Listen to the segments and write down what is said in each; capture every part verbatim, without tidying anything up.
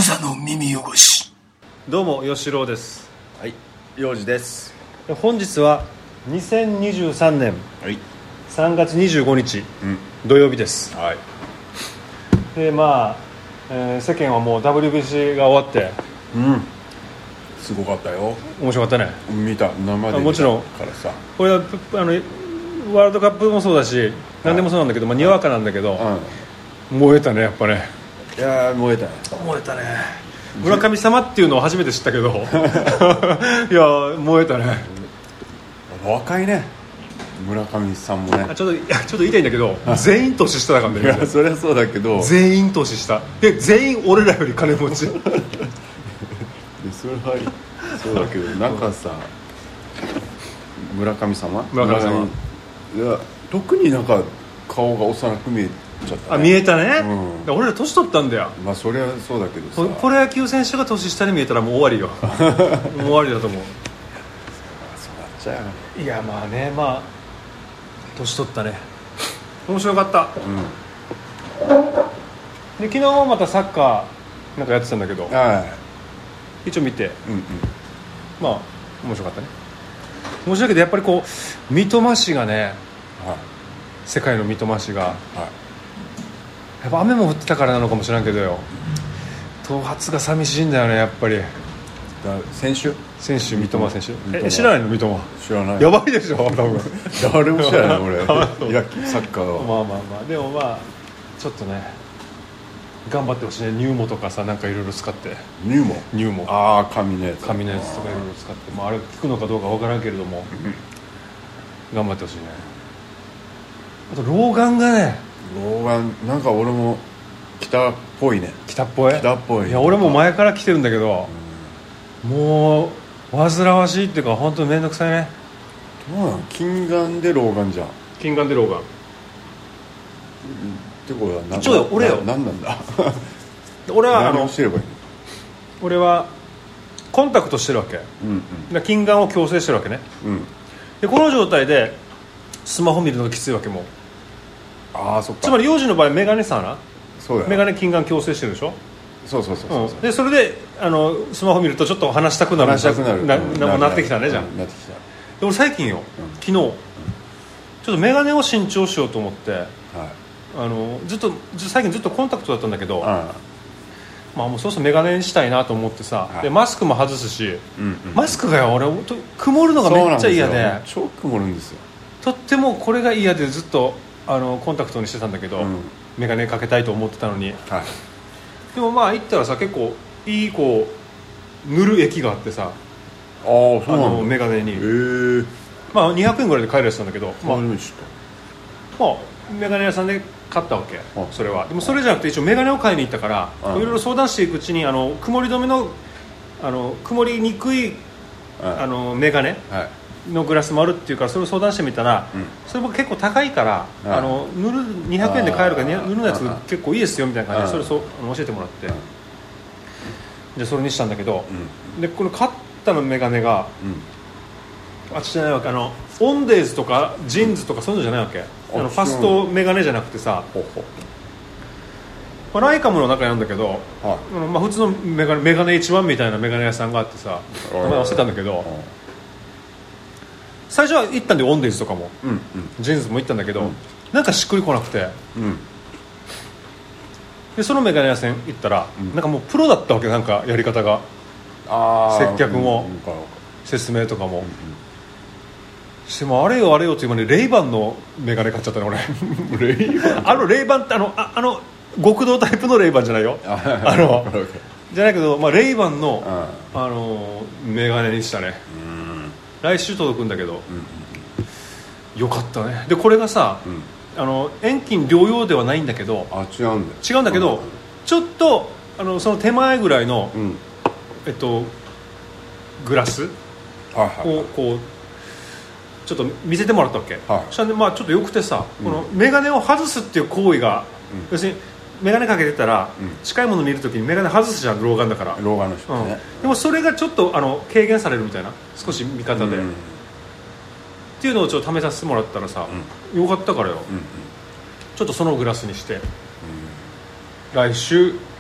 無座の耳汚し。 どうも吉郎です。 はい、陽次です。 本日はにせんにじゅうさんねんはいさんがつにじゅうごにち、 うん、 土曜日です。 はい。 でまあ、えー世間はもう ダブリュービーシー が終わってうん、すごかったよ。 面白かったね。 見た、生で見たもちろんからさ。 これはあのワールドカップもそうだし何でもそうなんだけど、まあ、にわかなんだけど、 う燃えたねやっぱね。 ん、いやー燃えたね。 燃えたね。村上様っていうのを初めて知ったけどいや燃えたね。 若いね、村上さんもね。 ちょっといやちょっと言いたいんだけど全員年下だからね。 いやそりゃそうだけど、 全員年下で全員俺らより金持ちでそれはそうだけどなんかさ、村上様村上様いや特になんか顔が幼く見えちゃったね。 あ見えたね、 うん、 俺ら年取ったんだよ。 まあそりゃそうだけどさ、 プロ野球選手が年下に見えたらもう終わりよもう終わりだと思う。 そうなっちゃう。 いやまあね、まあ年取ったね。面白かった、 うん、 で昨日またサッカーなんかやってたんだけどは一応見て、 い、うんうん、 まあ面白かったね。面白いけどやっぱりこう三笘氏がね、 はい、 世界の三笘氏が、 はい、 やっぱ雨も降ってたからなのかもしれんけどよ、頭髪が寂しいんだよねやっぱり。 だ選手選手三笘選手、 三笘え知らないの三笘。 知らない。 やばいでしょ多分誰も知らない俺野球サッカーは。 まあまあまあでもまあちょっとね頑張ってほしいね。ニューモとかさなんかいろいろ使ってニューモニューモああ紙のやつ紙のやつとかいろいろ使って、まあ、あれ効くのかどうかわからんけれども頑張ってほしいね。あと老眼がね、 老眼なんか俺も北っぽいね。 北っぽい北っぽい。 いや俺も前から来てるんだけど、うん、もう煩わしいっていうか本当に面倒くさいね。 どうなの近眼で老眼じゃん。 近眼で老眼ってことは何一応俺よ何なんだ俺はあの何をしてればいいの。 俺はコンタクトしてるわけ、 うんうん、近眼を矯正してるわけね、うん、でこの状態でスマホ見るのがきついわけも。 ああそっか。 つまり幼児の場合メガネさなそうだよ。 メガネ近眼矯正してるでしょ。 そうそうそうそう、 うん、でそれであのスマホ見るとちょっと話したくなる話したくなるななななってきたね。じゃあなってきた。 で俺最近よ、うん、昨日、うん、ちょっとメガネを新調しようと思って、はい、あのずっと最近ずっとコンタクトだったんだけど、あまあ、もうそろそろメガネにしたいなと思ってさ、はい、でマスクも外すし、うんうん、マスクがよ俺曇るのがめっちゃ嫌 で, で超曇るんですよ。 とってもこれが嫌でずっとあのコンタクトにしてたんだけど、うん、メガネかけたいと思ってたのに、はい、でもまあ行ったらさ結構いいこう塗る液があってさ、あそうなの、 あのメガネに、 へー、まあ、にひゃくえんぐらいで買えるやつなんだけど、まあ、 まあメガネ屋さんで買ったわけ。それはでもそれじゃなくて一応メガネを買いに行ったからいろいろ相談していくうちにあの曇り止めのあの曇りにくいあのメガネのグラスもあるっていうからそれを相談してみたら、うん、それも結構高いからあの塗るにひゃくえんで買えるから塗るやつ結構いいですよみたいな感じでそれそう教えてもらってでそれにしたんだけど、うん、でこの買ったのメガネが、うん、あっちじゃないわけ。あのオンデーズとかジーンズとかそういうのじゃないわけ。あのファストメガネじゃなくてさ、ほうほう、まあ、ライカムの中にあるんだけど、はい、まあ、普通のメガネ、メガネ一番みたいなメガネ屋さんがあってさ名前忘れたんだけど、最初は行ったんでオンデーズとかも、うんうん、ジーンズも行ったんだけど、うん、なんかしっくりこなくて、うん、でそのメガネ屋さん行ったら、うん、なんかもうプロだったわけ。なんかやり方があ接客も、うん、説明とかも、うんうん、してもあれよあれよって今ねレイバンのメガネ買っちゃったね俺レイバンあのレイバンってあの あ, あの極道タイプのレイバンじゃないよあのじゃないけど、まあ、レイバンの、うん、あのメガネにしたね。うん来週届くんだけど、うん、よかったね。でこれがさ、うん、あの遠近両用ではないんだけどあ違うんだ違うんだけど、うん、ちょっとあのその手前ぐらいの、うん、えっとグラスをこうちょっと見せてもらったわけ、はい、そしたら、ね、まあちょっとよくてさ、うん、このメガネを外すっていう行為が、うん、要するにメガネかけてたら、うん、近いもの見るときにメガネ外すじゃん老眼だから老眼の人ね、 うん、でもそれがちょっとあの軽減されるみたいな少し見方で、うん、っていうのをちょっと試させてもらったらさ、うん、よかったからよ、うんうん、ちょっとそのグラスにして、うん、来週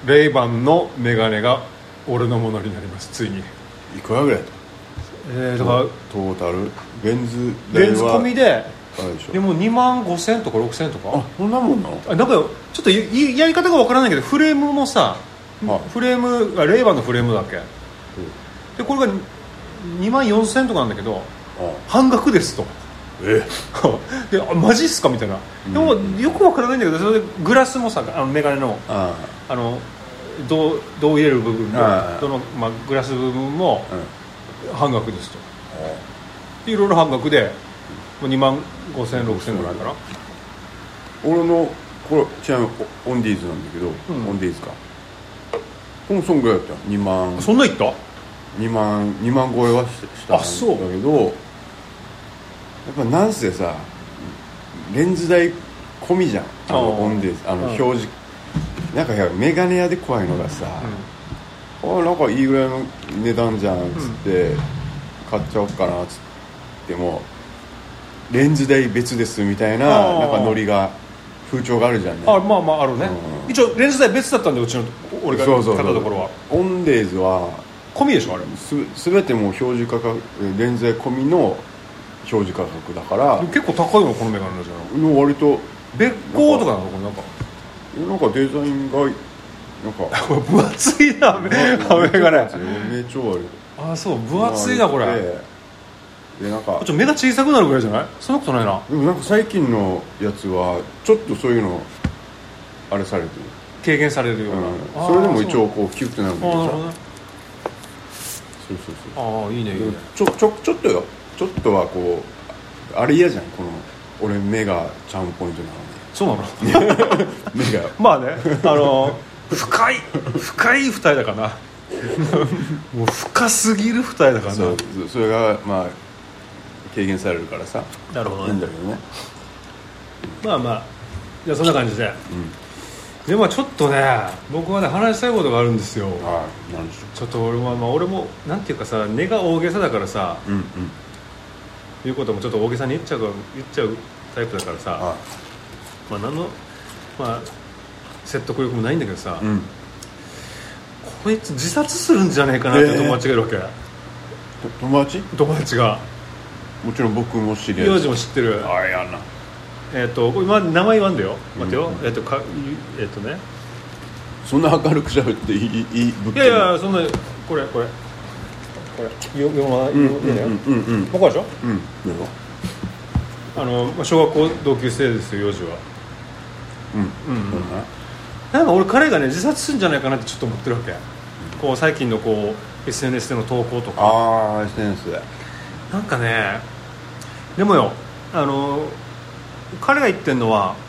レイバンのメガネが俺のものになります。ついにいくらぐらいだえー、だからトータルレンズレンズ込みであれでしょ。 でもにまんごせんとかろくせんとかあ、そんなもんなの。 あなんかちょっとややり方がわからないけどフレームもさ、 はいフレームあレイバンのフレームだっけでこれがにまんよんせんとかなんだけどあ半額ですとえであマジっすかみたいなでもよくわからないんだけどそれでグラスもさあのメガネのああの銅を入れる部分ああとどの、まあ、グラス部分もうん半額ですとでいろいろ半額でもうにまんごせんろくせんぐらいかな俺のこれちなみにオンディーズなんだけど、 うんオンディーズかこのそんぐらいだったよにまんそんないったにまんにまん超えはししたんだあそうけどやっぱなんせさレンズ代込みじゃんあのあーオンディーズあのうん表示、なんかメガネ屋で怖いのがさ、あなんかいいぐらいの値段じゃんっつって、買っちゃおうかなっつってもレンズ代別ですみたいなあーなんかノリが風潮があるじゃんね。 あまあまああるね、 うん一応レンズ代別だったんでうちの俺が買ったそうそうそうところはオンデーズは込みでしょあれす全てもう表示価格レンズ代込みの表示価格だから結構高いのこのメガネのじゃん割と別光とかなのこれなんかなんかデザインがなんかこれ分厚いなメガネめ超悪いあそう分厚いなこれでなんかちょっと目が小さくなるぐらいじゃないそんなことないなでもなんか最近のやつはちょっとそういうのあれされてる、 軽減されるような、 うん、 あーそれでも一応こうキュッてなるんだけどさそうあーなるほどねそうそうそうああいいねいいねちょちょちょっとよちょっとはこうあれ嫌じゃんこの俺目がチャームポイントなのにそうなの目がまあねあの深い深い二重だからなもう深すぎる二重だからなそうそれがまあ軽減されるからさなるほどねいいんだけどねまあまあじゃあそんな感じで、でもちょっとね僕はね話したいことがあるんですよはいなんでしょちょっと俺はまあ俺もなんていうかさ根が大げさだからさううんうん言うこともちょっと大げさに言っちゃう言っちゃうタイプだからさはまあ何のまあ説得力もないんだけどさ、 いうんこいつ自殺するんじゃねえかなって友達がいるわけ、 と友達友達がもちろん僕も知り合い幼児も知ってるあやなえっ、とこれ、まあ、名前言わんでよ待ってよ、 うんえっ、とかえっ、とねそんな明るくしゃべっていいいい物いやいやそんなこれこれこれよよまうんよいいねうんうんうん分かるでしょうんどうぞあのまあ小学校同級生ですよ幼児はうんうんそうだななんか俺彼がね自殺するんじゃないかなってちょっと思ってるわけ、こう最近のこう エスエヌエス での投稿とかああ エスエヌエス でなんかねでもよあの彼が言ってんのは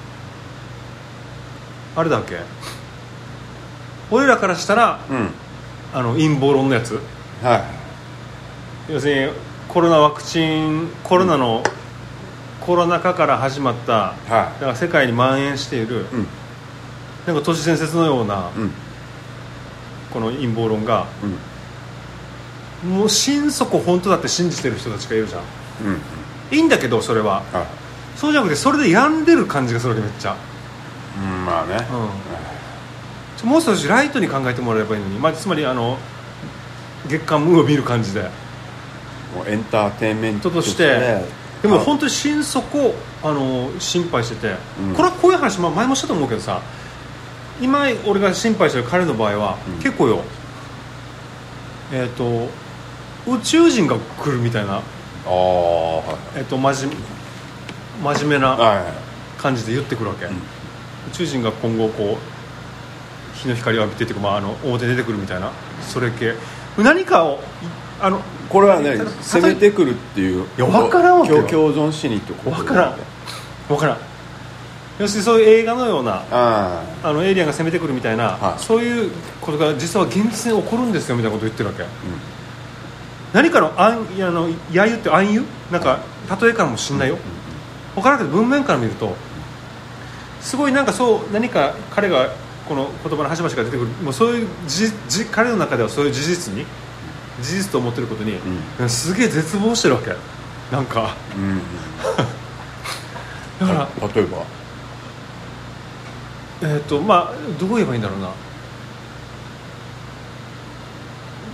あれだっけ俺らからしたらうんあの陰謀論のやつは要するにコロナワクチンコロナの、コロナ禍から始まったいはだから世界に蔓延している、 いうんなんか都市伝説のようなうんこの陰謀論がうんもう心底本当だって信じてる人たちがいるじゃんうんいいんだけどそれははそうじゃなくてそれで病んでる感じがするわけめっちゃ、 いうんまあねうん、ちょもう少しライトに考えてもらえばいいのに、まあ、つまりあの月刊ムーを見る感じでもうエンターテインメント人としてでも本当に心底あの心配してて、 うんこれはこういう話、まあ、前もしたと思うけどさ今俺が心配してる彼の場合は、 うん結構よえっ、と宇宙人が来るみたいな、 ああはえー、と真面真面目いなは感じで言ってくるわけ、 ん宇宙人が今後こう日の光を浴びてっていうか、まあ、あの表に出てくるみたいなそれ系何かをあのいこれはねただ攻めてくるっていういや分からんわけよ共共存しにってこと分からん分からん要するにそういう映画のようなああのエイリアンが攻めてくるみたいな、 はいそういうことが実は現実に起こるんですよみたいなことを言ってるわけ、何かの暗いやあの揶揄って暗喩なんか例えかもしんないよ、分からんけど文面から見るとすごいなんかそう何か彼がこの言葉の端々が出てくるもうそういうじじ彼の中ではそういう事実に事実と思ってることに、 うすげえ絶望してるわけなんかうんうんだからた例えばえっ、とまあどう言えばいいんだろうな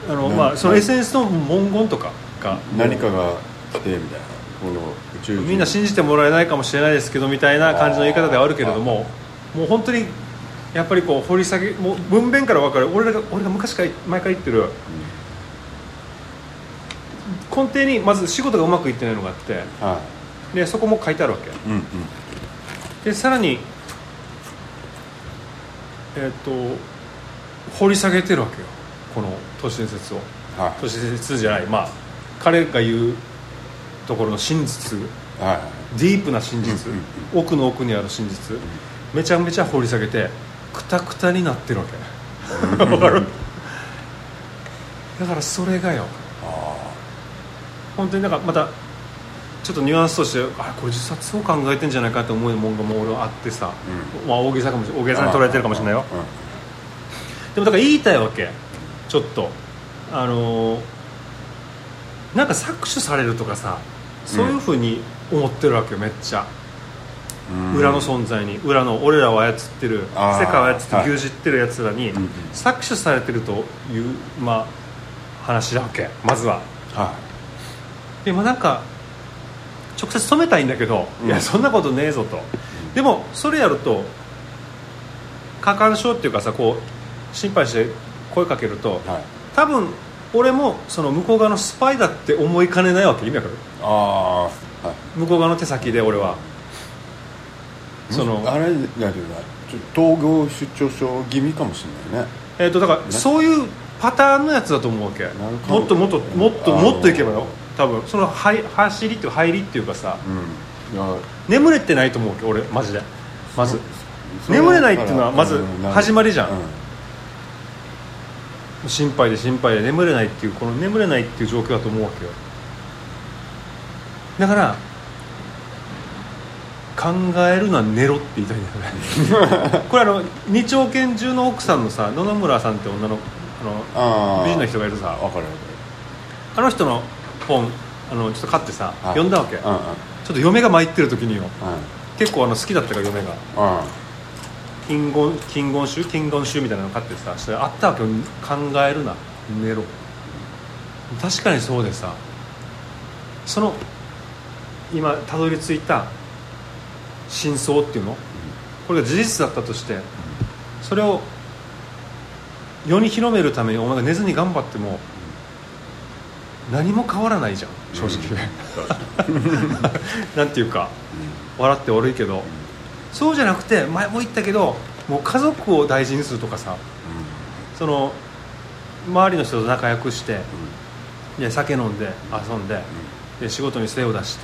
あの、まあ、その エスエヌエス の文言とかが何かが来てみたいな、この宇宙みんな信じてもらえないかもしれないですけどみたいな感じの言い方ではあるけれども、もう本当にやっぱりこう掘り下げ、もう文面から分かる、俺が俺が昔から毎回言ってる、うん、根底にまず仕事がうまくいってないのがあって、はい、でそこも書いてあるわけ、うんうん、でさらに、えー、と掘り下げてるわけよ、この都市伝説を、はい、都市伝説じゃない、まあ彼が言うところの真実、はい、ディープな真実、うんうん、奥の奥にある真実、うん、めちゃめちゃ掘り下げてクタクタになってるわけわかるだからそれがよ、あ本当になんかまたちょっとニュアンスとしてあこれ自殺を考えてんじゃないかと思うもんがもう俺はあってさ、うんまあ、大げさかもし大げさに捉えてるかもしれないよ、うん、でもだから言いたいわけ、ちょっとあのー、なんか搾取されるとかさ、そういう風に思ってるわけよ、めっちゃ、うん、裏の存在に、裏の俺らを操ってる、世界を操って牛耳ってるやつらに搾取されてるという、まあ、話だわけ、まずは、はい、でもなんか直接止めたいんだけど、うん、いやそんなことねえぞと、うん、でもそれやると過干渉っていうかさ、こう心配して声かけると、はい、多分俺もその向こう側のスパイだって思いかねないわけ、意味わかる？あ、はい、向こう側の手先で俺はそのあれだけどな、統合失調症気味かもしれないね。 えーとだから、ね、そういうパターンのやつだと思うわけ。もっともっともっともっといけばよ、多分そのは走りっていう入りっていうかさ、うん、いや眠れてないと思うわけ俺マジで。まず眠れないっていうのはまず始まりじゃん、うんうん、心配で心配で眠れないっていう、この眠れないっていう状況だと思うわけよ。だから考えるのは寝ろって言いたいんだよねこれあの二丁拳銃の奥さんのさ、野々村さんって女のあの美人の人がいるさ、分かる分かる、あの人の本あのちょっと買ってさ、はい、読んだわけ、うんうん、ちょっと嫁が参ってる時によ、うん、結構あの好きだったから嫁が、うん、金言金言集金言集みたいなの買ってさ、それあったわけよ、考えるな寝ろ。確かにそうでさ、その今たどり着いた真相っていうの、これが事実だったとして、それを世に広めるためにお前が寝ずに頑張っても何も変わらないじゃん正直、うん、なんていうか、うん、笑って悪いけど、うん、そうじゃなくて前も言ったけど、もう家族を大事にするとかさ、うん、その周りの人と仲良くして、うん、で酒飲んで遊んで、うん、で仕事に精を出して、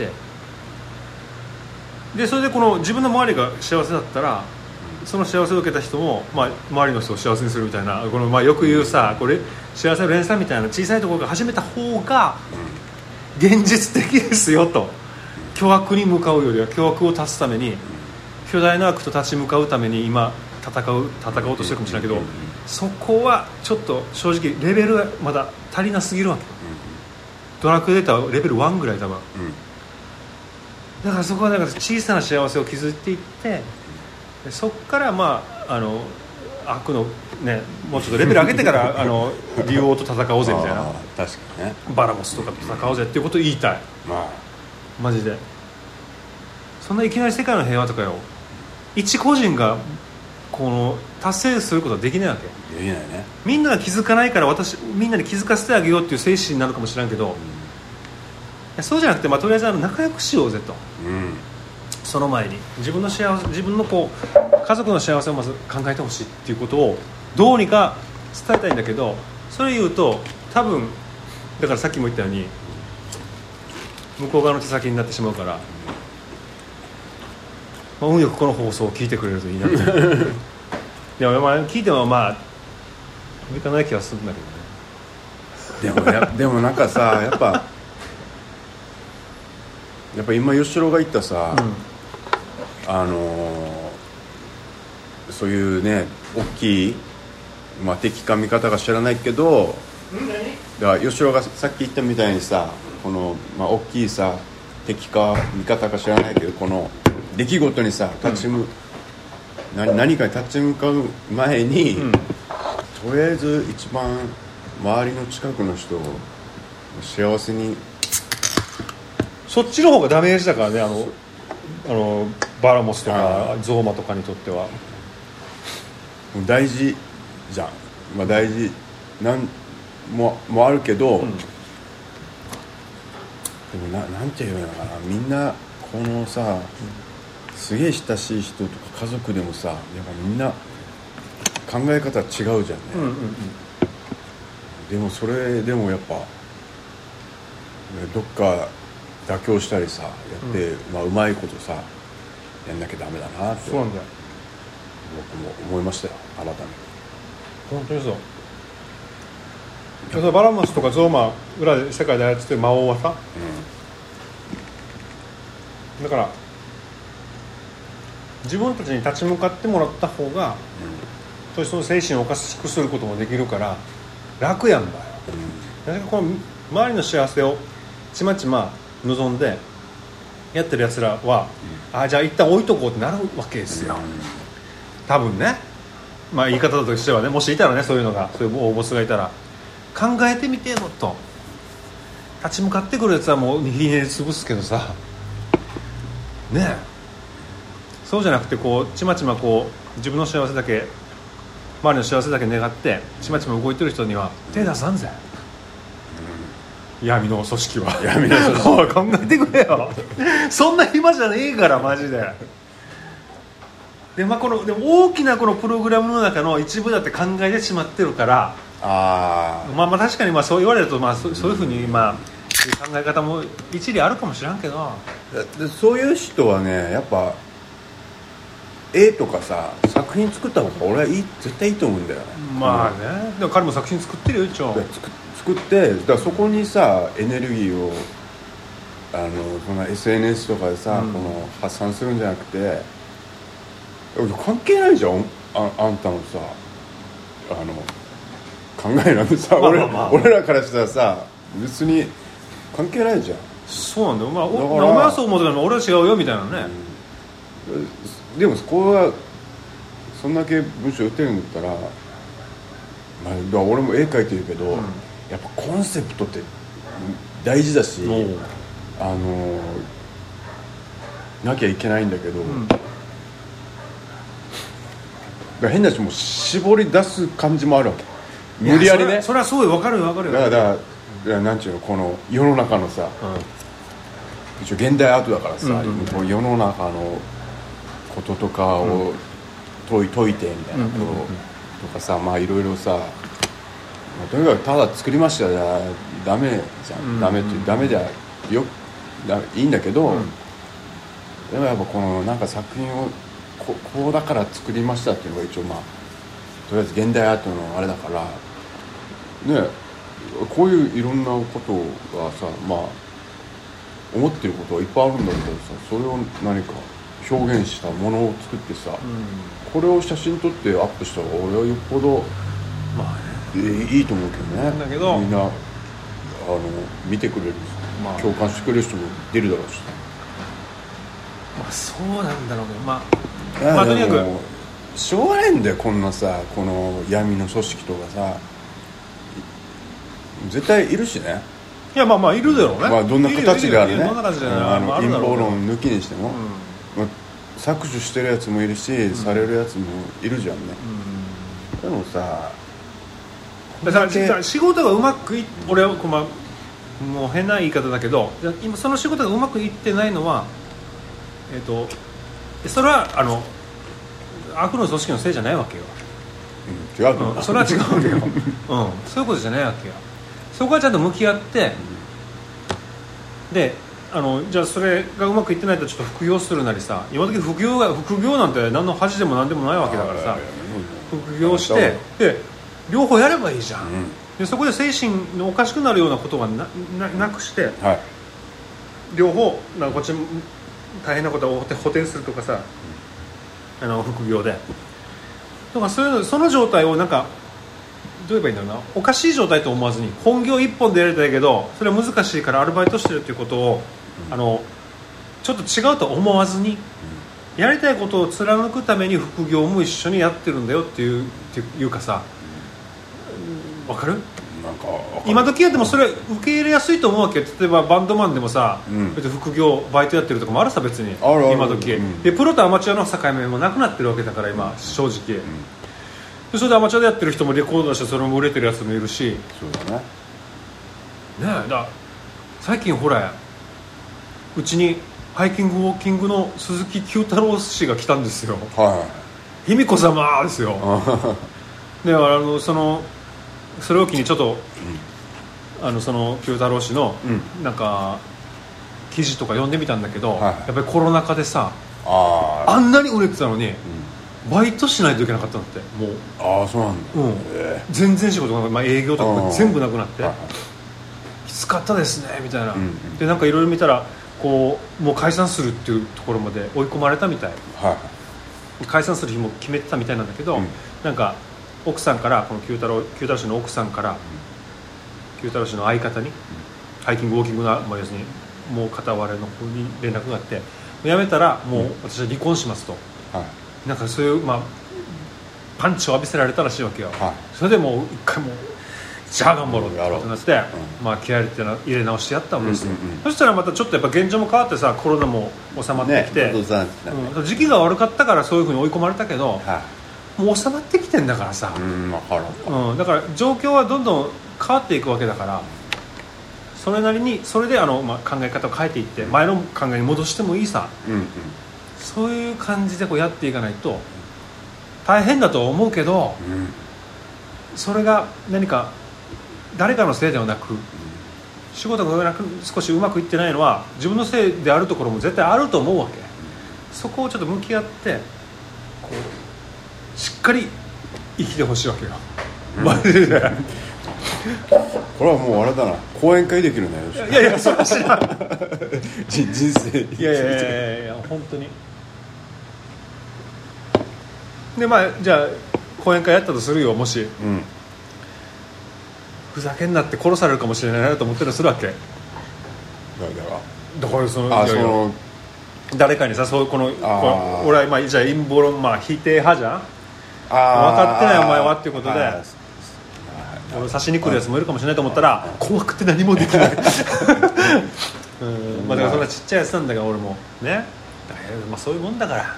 でそれでこの自分の周りが幸せだったら、その幸せを受けた人も、まあ、周りの人を幸せにするみたいな、この、まあ、よく言うさ、これ幸せの連鎖みたいな小さいところから始めた方が現実的ですよと。巨悪に向かうよりは巨悪を断つために、巨大な悪と立ち向かうために今戦う戦おうとしてるかもしれないけど、そこはちょっと正直レベルがまだ足りなすぎるわけ。ドラクエデータはレベルワンぐらい多分、だからそこはなんか小さな幸せを築いていって、そこからまああの悪のね、もうちょっとレベル上げてからあの竜王と戦おうぜみたいな、 確かにね、 バラモスとかと戦おうぜっていうことを言いたい、まあ、マジで。そんないきなり世界の平和とかよ、一個人がこの達成することはできないわけ。 できないね。 みんなが気づかないから私みんなに気づかせてあげようっていう精神になるかもしれんけど、うん、いやそうじゃなくて、まあ、とりあえずあの仲良くしようぜと、うん、その前に自分の幸せ、自分のこう家族の幸せをまず考えてほしいっていうことをどうにか伝えたいんだけど、それ言うと多分だからさっきも言ったように向こう側の手先になってしまうから、まあ、運よくこの放送を聞いてくれるといいなっていや、まあ、聞いてもまあ向かない気はするんだけどね。でもやでもなんかさ、やっぱやっぱ今吉郎が言ったさ、うん、あのー、そういうね大きい、まあ、敵か味方か知らないけど、だから吉郎がさっき言ったみたいにさ、この、まあ、大きいさ敵か味方か知らないけど、この出来事にさ立ち向、うん、何, 何かに立ち向かう前に、うん、とりあえず一番周りの近くの人を幸せに、 そっちの方がダメージだからね、あのあのバラモスとかゾウマとかにとっては大事じゃん、まあ、大事なんももあるけど、うん、でも な, なんていうのかな、みんなこのさ、うん、すげえ親しい人とか家族でもさ、やっぱみんな考え方違うじゃんね、うんうんうん、でもそれでもやっぱどっか妥協したりさやって、うん、まあ、うまいことさやんなきゃダメだなって、 そうなんだよ、 僕も思いましたよ、改めて。 本当にそう。バラモスとかゾウマ裏で世界で操ってる魔王はさ、うん、だから自分たちに立ち向かってもらった方が、うん、その精神をおかしくすることもできるから楽やんだよ、うん、だからこの周りの幸せをちまちま望んでやってるやつらは、うん、あじゃあ一旦置いとこうってなるわけですよ、うん、多分ね、まあ言い方としてはね、もしいたらね、そういうのが、そういう大ボスがいたら考えてみてよと、立ち向かってくるやつはもうひねり潰すけどさねえ、そうじゃなくてこうちまちまこう自分の幸せだけ、周りの幸せだけ願ってちまちま動いてる人には手出さんぜ、うん、闇の組織は闇の組織考えてくれよそんな暇じゃねえからマジで。で、まあ、このでも大きなこのプログラムの中の一部だって考えてしまってるから、 あ、 まあ、まあ確かにまあそう言われると、まあ、そ, そういうふうにまあ考え方も一理あるかもしれんけど、 でそういう人はねやっぱ絵とかさ作品作った方が俺はいい、絶対いいと思うんだよね。 まあね、でも彼も作品作ってるよ一応。 作ってだからそこにさエネルギーをあのその エスエヌエス とかでさ、うん、この発散するんじゃなくて、関係ないじゃん あ, あんたのさあの考えなんてさ、まあまあまあ、俺, 俺らからしたらさ別に関係ないじゃん。 そうなんだよ、まあ、おお前はそう思うけど俺は違うよみたいなね、 うん、でもそこはそんだけ文章打ってるんだったら、まあ、だから俺も絵描いてるけど、うん、やっぱコンセプトって大事だし、あのなきゃいけないんだけど、うん、だから変な人も絞り出す感じもあるわけ、無理やりね。 それはすごい分かるよ分かるよ。 だからだなんていうの、この世の中のさ、うん、一応現代アートだからさ、うんうん、こう世の中のこととかを解い、解いてみたいなこととかさ、まあいろいろさ、まあ、とにかくただ作りましたじゃダメじゃん、うんうん、ダメってダメじゃよだいいんだけど、うん、でもやっぱこのなんか作品を こ, こうだから作りましたっていうのが一応まあとりあえず現代アートのあれだからね、こういういろんなことがさ、まあ思ってることはいっぱいあるんだけどさ、それを何か表現したものを作ってさ、うん、これを写真撮ってアップしたら俺はよっぽど、まあね、いいと思うけどね。 だけどみんなあの見てくれる、まあ、共感してくれる人も出るだろうし、 まあそうなんだろうけど、まあ、まあとにかくしょうがないんだよこんなさ、この闇の組織とかさ絶対いるしね。 いやまあまあいるだろうね、 まあ、どんな形であれね、 どんな形であの陰謀論抜きにしても、うんまあ、搾取してるやつもいるし、うん、されるやつもいるじゃんね、うん、でもさだから仕事がうまくいっ俺は、まあ、もう変な言い方だけど今その仕事がうまくいってないのは、えーと、それはあの悪の組織のせいじゃないわけよ、 うん、違う、 うん、それは違うわけよ、うん、そういうことじゃないわけよ。そこはちゃんと向き合って、うん、であのじゃあそれがうまくいってないとちょっと副業するなりさ、今時副業が副業なんて何の恥でも何でもないわけだからさ、副業してで両方やればいいじゃん、うん、でそこで精神のおかしくなるようなことは な, な, なくして、はい、両方なんかこっち大変なことを補填するとかさ、うん、あの副業でとかそういうの、その状態をなんかどう言えばいいんだろうな、おかしい状態と思わずに本業一本でやりたいけどそれは難しいからアルバイトしてるっていうことを、うん、あのちょっと違うと思わずに、うん、やりたいことを貫くために副業も一緒にやってるんだよっていう、っていうかさ、わかる？ なんか今時はでもそれ受け入れやすいと思うわけよ。例えばバンドマンでもさ、 うん、 別に副業バイトやってるとかもあるさ別に。 あるある今時、うん、でプロとアマチュアの境目もなくなってるわけだから今正直、うん、でそれでアマチュアでやってる人もレコード出してそれも売れてるやつもいるし。 そうだね。 ねえだ最近ほらうちにハイキングウォーキングの鈴木九太郎氏が来たんですよ。 はい。 卑弥呼様ですよ。であのそのそれを機にちょっと、うん、あのその九太郎氏の、うん、なんか記事とか読んでみたんだけど、はい、やっぱりコロナ禍でさ あ, あんなに売れてたのに、うん、バイトしないといけなかったんだってもう。 ああそうなんだ、 うんえー、全然仕事が、まあ、営業とか全部なくなって、はい、きつかったですねみたいな、うんうん、でなんかいろいろ見たらこうもう解散するっていうところまで追い込まれたみたい、はい、解散する日も決めてたみたいなんだけど、うん、なんか奥さんからこの九太郎九太郎氏の奥さんから、うん、九太郎氏の相方に、うん、ハイキングウォーキングの、まあ、要するにもう片割れの方に連絡があって辞めたらもう私は離婚しますと、はい、なんかそういう、まあ、パンチを浴びせられたらしいわけよ、はい、それでもう一回もうじゃあ頑張ろうってなって、うんまあ、気合い入れ直してやったんですよ、うんうんうん、そしたらまたちょっとやっぱ現状も変わってさコロナも収まってきて、ねうん、時期が悪かったからそういうふうに追い込まれたけど、はい、もう収まってきてんだからさ、 うん分かる、 うん、だから状況はどんどん変わっていくわけだからそれなりにそれであの、まあ、考え方を変えていって前の考えに戻してもいいさ、うんうん、そういう感じでこうやっていかないと大変だとは思うけど、うん、それが何か誰かのせいではなく仕事が少しうまくいってないのは自分のせいであるところも絶対あると思うわけ。そこをちょっと向き合ってこうしっかり生きてほしいわけよ、うんマジでこれはもうあれだな講演会できるね。 いやいやそれは知らん人生いやいやいやいや本当にでまあじゃあ講演会やったとするよもし、うんふざけんなって殺されるかもしれないなと思ったりするわけ。 誰だかだからそのあその誰かにさそうこのこ俺はまあじゃあ陰謀論まあ否定派じゃんあ分かってないお前はっていうことで俺刺しに来るやつもいるかもしれないと思ったら怖くて何もできないうんまあだからそんなちっちゃいやつなんだから俺もねだからまあそういうもんだから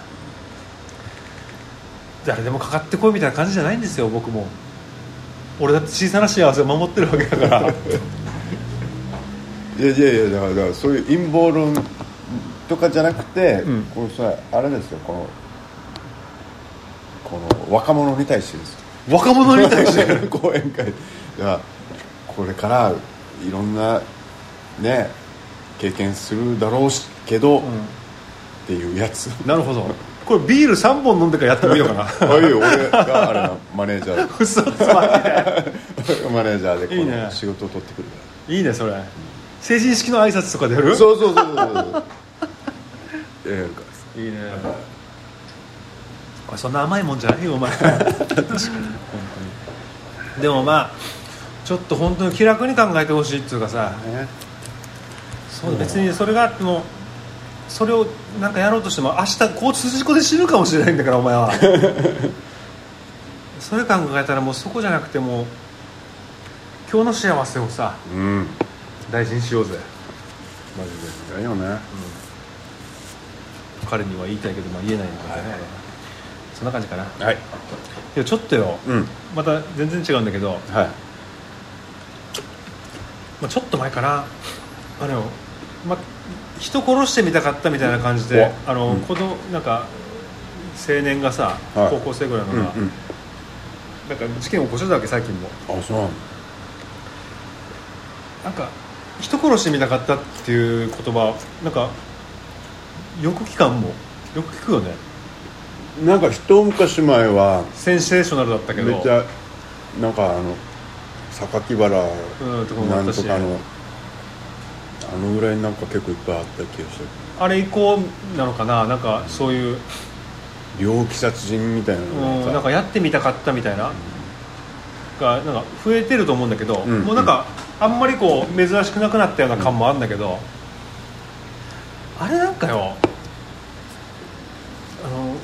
誰でもかかってこいみたいな感じじゃないんですよ僕も。俺だって小さな幸せを守ってるわけだからいやいやいやだから、だからそういう陰謀論とかじゃなくて、うん、このさあれですよこのこの若者に対してですよ若者に対して講演会がこれからいろんなね経験するだろうしけど、うん、っていうやつ。 なるほどこれビールさんぼん飲んでからやってみようかなあいいよ俺があれのマネージャー嘘つまりねマネージャーでこの仕事を取ってくるからいいねそれ成人式の挨拶とかでやるそうそうそうそうそうやるからいいねこれそんな甘いもんじゃないよお前確かに本当にでもまあちょっと本当に気楽に考えてほしいっていうかさ、ね、そう別にそれがあってもそれをなんかやろうとしても明日交通事故で死ぬかもしれないんだからお前はそれ考えたらもうそこじゃなくても今日の幸せをさ、うん、大事にしようぜマジでいいよね、うん、 彼には言いたいけど、まあ、言えないんだけどね、はい、そんな感じかな。 はい。 いやちょっとよ、うん、また全然違うんだけど、はい、まあ、ちょっと前かなあの、まあ人殺してみたかったみたいな感じで、あの、うん、子供なんか青年がさ、はい、高校生ぐらいのが、うんうん、なんか事件を起こしてたわけ最近も。 あ、そうなんだ。 なんか人殺してみたかったっていう言葉なんかよく聞かんもよく聞くよね。 なんか一昔前はセンセーショナルだったけどめっちゃなんかあの榊原なんとかのあのぐらいなんか結構いっぱいあった気がする。 あれ以降なのかな、なんかそういう猟奇殺人みたいなのがなんかやってみたかったみたいな、うん、がなんか増えてると思うんだけど、うん、もうなんかあんまりこう珍しくなくなったような感もあるんだけど、うん、あれなんかよ、あの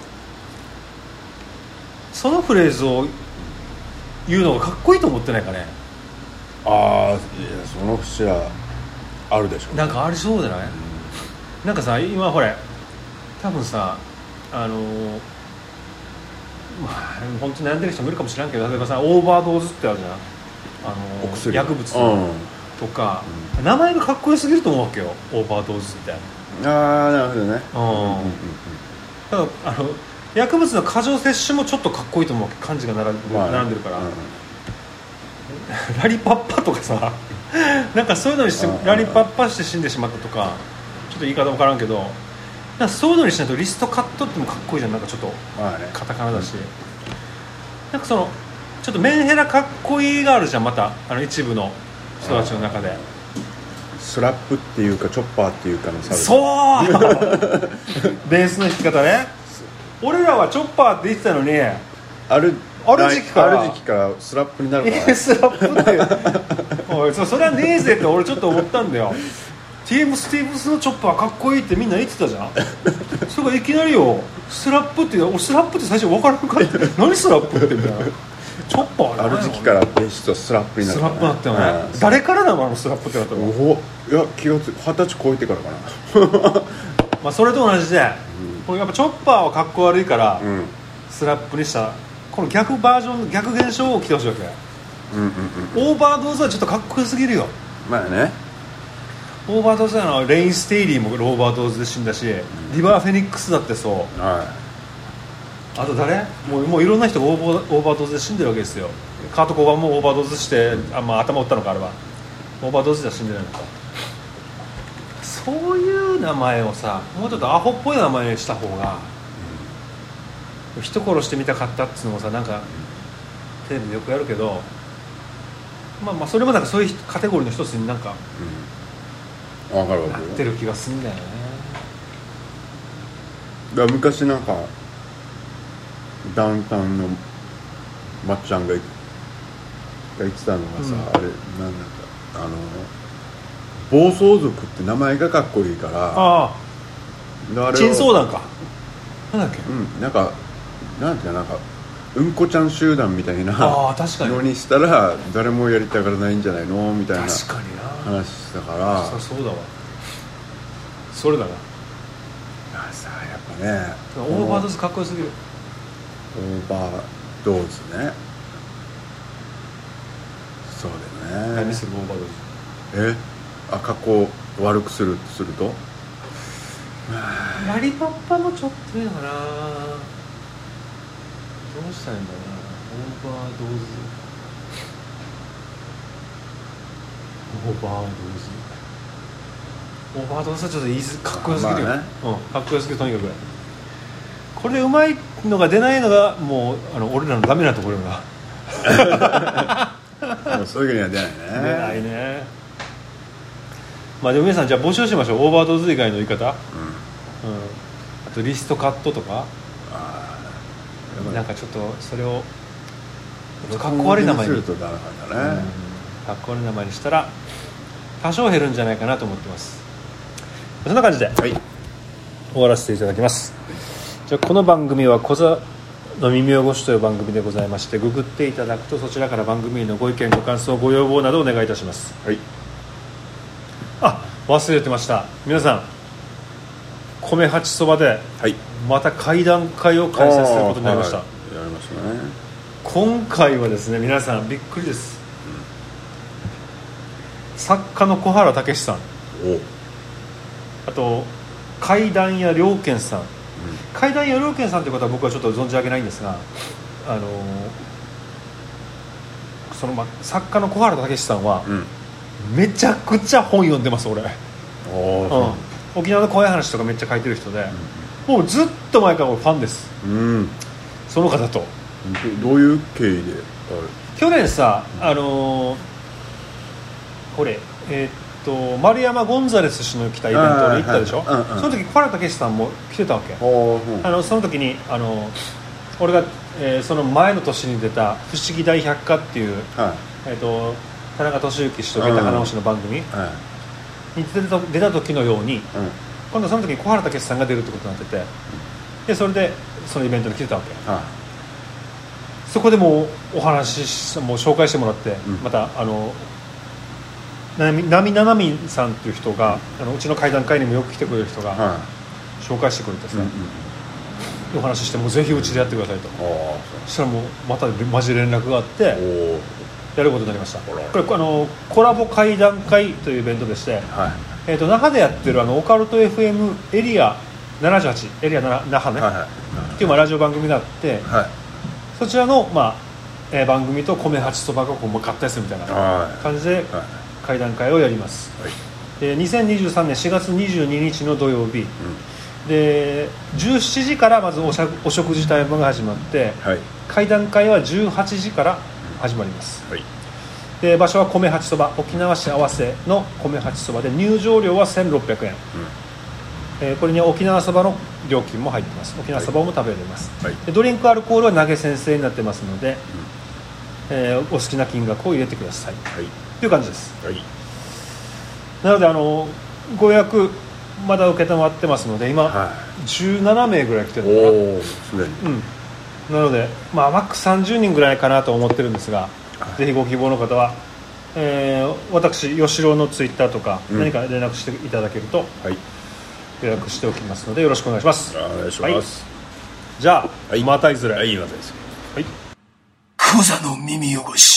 そのフレーズを言うのがかっこいいと思ってないかね。 ああ、いやその節はあるでしょう、ね、 なんかありそうじゃない、うん、なんかさ今ほれ多分さあのー、まあ本当に悩んでる人もいるかもしれんけど例えばさオーバードーズってあるじゃん、あのー、薬物とか、うん、名前がかっこよすぎると思うわけよオーバードーズってああなるほどね、 うんうんうんうん、だからあの薬物の過剰摂取もちょっとかっこいいと思うわけ漢字が並んで、まあね、並んでるから、うん、ラリパッパとかさなんかそういうのにしてラリパッパして死んでしまったとかちょっと言い方分からんけどなんかそういうのにしないとリストカットってもかっこいいじゃんなんかちょっとカタカナだし、うん、なんかそのちょっとメンヘラかっこいいがあるじゃんまたあの一部の人たちの中でスラップっていうかチョッパーっていうかの差そうベースの弾き方ね俺らはチョッパーって言ってたのにあるある時期からある時期からスラップになるから、 ね、スラップっておい そ, それはねえぜって俺ちょっと思ったんだよティーエム スティーブスのチョッパーかっこいいってみんな言ってたじゃんそれがいきなりよスラップって俺スラップって最初分からなかった何スラップってみたいなチョッパーある時期からベースとスラップになった、ね、 スラップになったよね、うん、誰からなのあのスラップってなったのおいや気がつい二十歳超えてからかなまあそれと同じで、うん、これやっぱチョッパーはかっこ悪いから、うん、スラップにしたこの逆バージョン逆現象を起きてほしいわけ、うんうんうん、オーバードーズはちょっとかっこよすぎるよまあねオーバードーズはのレイン・ステイリーもオーバードーズで死んだし、うん、リバー・フェニックスだってそう、はい、あと誰もう、もういろんな人がオーバー、オーバードーズで死んでるわけですよカート・コバンもオーバードーズして、うん、あ、まあ、頭打ったのかあれはオーバードーズでは死んでないのかそういう名前をさもうちょっとアホっぽい名前にした方が、うん、人殺してみたかったっていうのもさなんかテレビでよくやるけどまあまあそれもなんかそういうカテゴリーの一つになんか、 うん、分かるわなってる気がするんだよねだから昔なんかダウンタウンのまっちゃんが言ってたのがさ、うん、あれなんだったあの暴走族って名前がかっこいいからああ珍相談かなんだっけうんなんかなんていうかなんかうんこちゃん集団みたいなのにしたら誰もやりたがらないんじゃないのみたいな話したからそうそうだわそれだなさやっぱねオーバードーズかっこよすぎるオーバードーズねそうだよね何するオーバードーズえあ格好悪くするとするとラリパッパもちょっといいのかなどうしたらいいんだろうなオーバードーズオーバードーズオーバードーズはちょっと言いづかっこよすぎるよ、まあねうん、かっこよすぎるとにかくこれでうまいのが出ないのがもうあの俺らのダメなところがそういうふうには出ないね出ないねまあでも皆さんじゃあ募集しましょうオーバードーズ以外の言い方、うんうん、あとリストカットとかあなんかちょっとそれをかっこ悪い名前にするとダメなんだね、うん、かっこ悪い名前にしたら多少減るんじゃないかなと思ってます。そんな感じで、はい、終わらせていただきます。じゃあこの番組は小座の耳汚しという番組でございましてググっていただくとそちらから番組へのご意見ご感想ご要望などお願いいたします。はいあ忘れてました皆さん米八そばでまた会談会を開催することになりました、はい、やりましたね。今回はですね皆さんびっくりです、うん、作家の小原武史さんあと怪談屋良健さん、うん、怪談屋良健さんという方は僕はちょっと存じ上げないんですがあのその、ま、作家の小原武史さんは、うんめちゃくちゃ本読んでます俺、うん、沖縄の怖い話とかめっちゃ書いてる人で、うん、もうずっと前から俺ファンです、うん、その方とどういう経緯で去年さあのー、これえー、っと丸山ゴンザレス氏の来たイベントで行ったでしょ、はいはい、その時小原武史さんも来てたわけ、うん、あのその時にあの俺が、えー、その前の年に出た不思議大百科っていう、はい、えー、っと田中俊之氏と下駄花押しの番組に出た、出た時のように、うん、今度その時に小原武史さんが出るってことになっててでそれでそのイベントに来てたわけ、うん、そこでもうお話もう紹介してもらって、うん、またあのなみなみななみんさんっていう人があのうちの会談会にもよく来てくれる人が、はい、紹介してくれてさ、うんうん、お話ししてもうぜひうちでやってくださいと、うん、そしたらもうまたマジ連絡があってやることになりました。これあのコラボ会談会というイベントでして、はい、えー、と那覇でやってるあのオカルト エフエム エリアななじゅうはちエリアな那覇ね、はいはい、っていうまあラジオ番組があって、はい、そちらの、まあえー、番組と米八そばがこう合体するみたいな感じで会談会をやります、はい、でにせんにじゅうさんねんしがつにじゅうににちの土曜日、うん、でじゅうしちじからまず お, お食事タイムが始まって、はい、会談会はじゅうはちじから始まります、はい、で場所は米八そば沖縄市合わせの米八そばで入場料はせんろっぴゃくえん、うん、えー、これに沖縄そばの料金も入ってます。沖縄そばも食べれます、はい、でドリンクアルコールは投げ先生になってますので、うん、えー、お好きな金額を入れてください、はい、という感じです、はい、なのであのご予約まだ受けたまってますので今、はい、じゅうななめいぐらい来てるのかな。おー、すでに、うん、なので、まあ、マックスさんじゅうにんぐらいかなと思ってるんですが、はい、ぜひご希望の方は、えー、私吉郎のツイッターとか何か連絡していただけると、うん、はい、予約しておきますのでよろしくお願いします。 お願いします、はい、 じゃあ、はい、またいずれ。 はい、またいずれ。 はい。クザの耳汚し。